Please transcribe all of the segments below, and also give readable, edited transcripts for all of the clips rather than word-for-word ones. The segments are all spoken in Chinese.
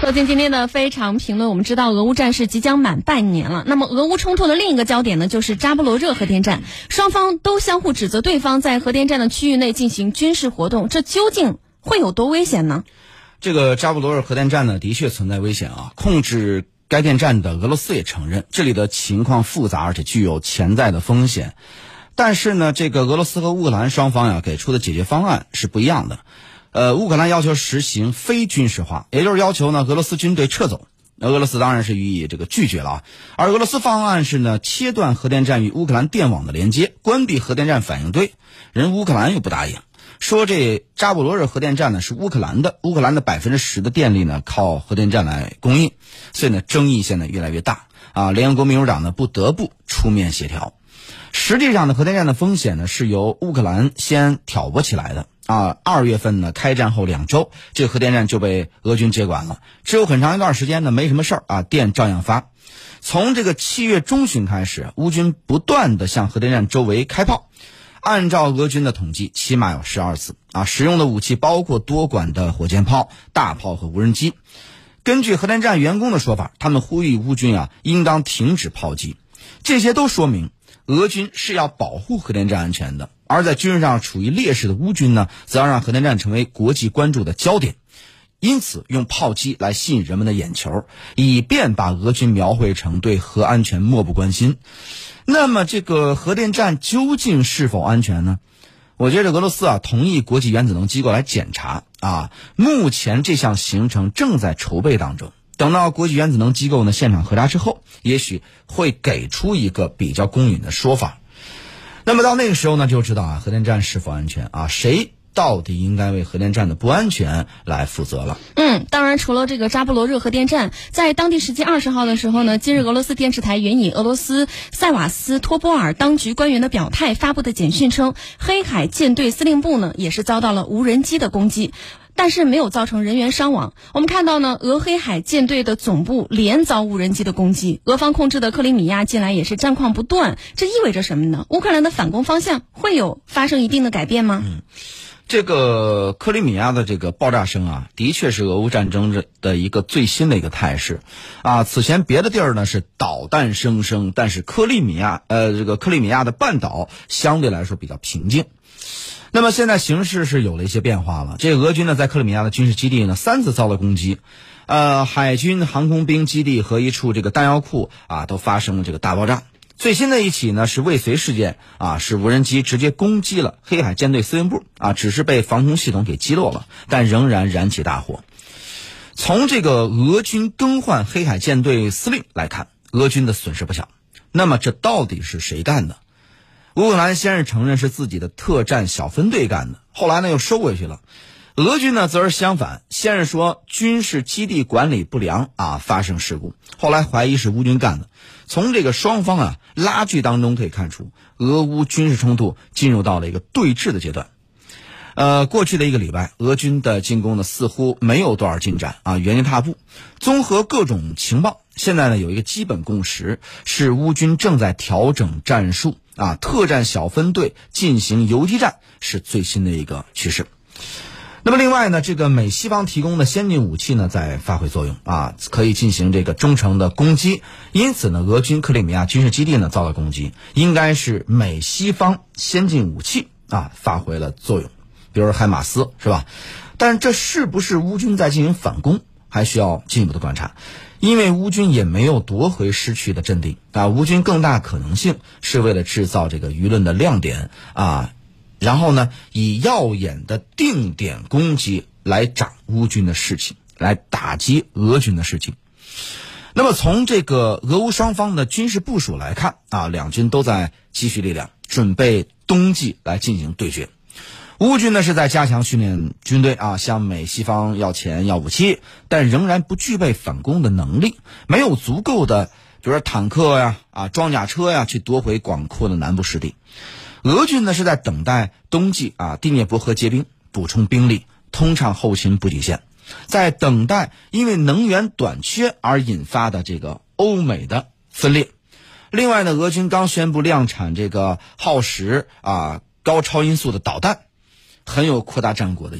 走进今天的非常评论，我们知道俄乌战事即将满半年了。那么俄乌冲突的另一个焦点呢，就是扎波罗热核电站，双方都相互指责对方在核电站的区域内进行军事活动，这究竟会有多危险呢？ 这个扎波罗热核电站呢，的确存在危险啊。控制该电站的俄罗斯也承认，这里的情况复杂，而且具有潜在的风险。但是呢，这个俄罗斯和乌克兰双方呀给出的解决方案是不一样的。乌克兰要求实行非军事化，也就是要求呢俄罗斯军队撤走。俄罗斯当然是予以这个拒绝了啊。而俄罗斯方案是呢切断核电站与乌克兰电网的连接，关闭核电站反应堆。人乌克兰又不答应，说这扎波罗热核电站呢是乌克兰的10%的电力呢靠核电站来供应，所以呢争议现在越来越大啊。联合国秘书长呢不得不出面协调。实际上呢，核电站的风险呢是由乌克兰先挑拨起来的啊。2月份呢开战后2周，这个核电站就被俄军接管了。之后很长一段时间呢没什么事儿啊，电照样发。从这个7月中旬开始，乌军不断的向核电站周围开炮。按照俄军的统计，起码有12次啊。使用的武器包括多管的火箭炮、大炮和无人机。根据核电站员工的说法，他们呼吁乌军啊应当停止炮击。这些都说明俄军是要保护核电站安全的，而在军事上处于劣势的乌军呢，则要让核电站成为国际关注的焦点，因此用炮击来吸引人们的眼球，以便把俄军描绘成对核安全漠不关心。那么这个核电站究竟是否安全呢？我觉得俄罗斯啊同意国际原子能机构来检查啊，目前这项行程正在筹备当中。等到国际原子能机构呢现场核查之后，也许会给出一个比较公允的说法。那么到那个时候呢，就知道啊核电站是否安全啊，谁到底应该为核电站的不安全来负责了。 当然除了这个扎波罗热核电站，在当地时间20号的时候呢，今日俄罗斯电视台援引俄罗斯塞瓦斯托波尔当局官员的表态发布的简讯称，黑海舰队司令部呢也是遭到了无人机的攻击，但是没有造成人员伤亡。我们看到呢，俄黑海舰队的总部连遭无人机的攻击，俄方控制的克里米亚近来也是战况不断，这意味着什么呢？乌克兰的反攻方向会有发生一定的改变吗？ 这个克里米亚的这个爆炸声啊，的确是俄乌战争的一个最新的一个态势啊。此前别的地儿呢是导弹声声，但是克里米亚的半岛相对来说比较平静。那么现在形势是有了一些变化了。这个俄军呢在克里米亚的军事基地呢3次遭到攻击，海军航空兵基地和一处这个弹药库啊都发生了这个大爆炸。最新的一起呢是未遂事件啊，是无人机直接攻击了黑海舰队司令部啊，只是被防空系统给击落了，但仍然燃起大火。从这个俄军更换黑海舰队司令来看，俄军的损失不小。那么这到底是谁干的？乌克兰先是承认是自己的特战小分队干的，后来呢又收回去了。俄军呢则是相反，先是说军事基地管理不良啊发生事故，后来怀疑是乌军干的。从这个双方啊拉锯当中可以看出，俄乌军事冲突进入到了一个对峙的阶段。过去的1个礼拜，俄军的进攻呢似乎没有多少进展啊，原地踏步。综合各种情报，现在呢有一个基本共识，是乌军正在调整战术啊，特战小分队进行游击战是最新的一个趋势。那么另外呢，这个美西方提供的先进武器呢在发挥作用啊，可以进行这个中程的攻击。因此呢，俄军克里米亚军事基地呢遭到攻击，应该是美西方先进武器啊发挥了作用，比如说海马斯是吧？但这是不是乌军在进行反攻，还需要进一步的观察。因为乌军也没有夺回失去的阵地啊，乌军更大可能性是为了制造这个舆论的亮点啊，然后呢，以耀眼的定点攻击来长乌军的士气，来打击俄军的士气。那么从这个俄乌双方的军事部署来看啊，两军都在积蓄力量，准备冬季来进行对决。乌军呢是在加强训练军队啊，向美西方要钱要武器，但仍然不具备反攻的能力，没有足够的比如说坦克呀装甲车呀去夺回广阔的南部失地。俄军呢是在等待冬季第聂伯河结冰，补充兵力，通畅后勤补给线，在等待因为能源短缺而引发的这个欧美的分裂。另外呢，俄军刚宣布量产这个耗时高超音速的导弹，很有扩大战果的意思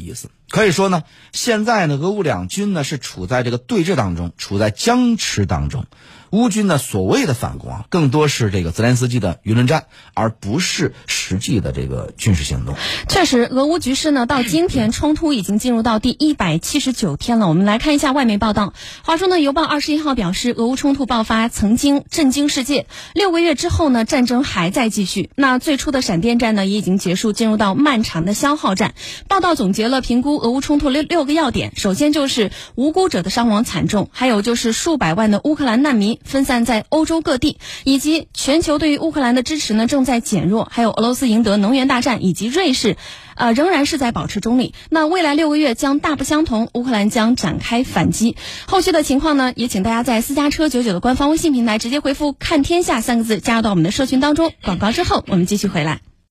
可以说呢，现在呢，俄乌两军呢是处在这个对峙当中，处在僵持当中。乌军呢所谓的反攻啊，更多是这个泽连斯基的舆论战，而不是实际的这个军事行动。 确实，俄乌局势呢到今天冲突已经进入到第179天了。我们来看一下外媒报道，华盛顿邮报21号表示，俄乌冲突爆发曾经震惊世界，6个月之后呢，战争还在继续。那最初的闪电战呢也已经结束，进入到漫长的消耗战。报道总结了评估俄乌冲突6个要点，首先就是无辜者的伤亡惨重，还有就是数百万的乌克兰难民分散在欧洲各地，以及全球对于乌克兰的支持呢正在减弱，还有俄罗斯赢得能源大战，以及瑞士仍然是在保持中立。那未来6个月将大不相同，乌克兰将展开反击。后续的情况呢，也请大家在私家车99的官方微信平台直接回复看天下3个字，加入到我们的社群当中。广告之后我们继续回来。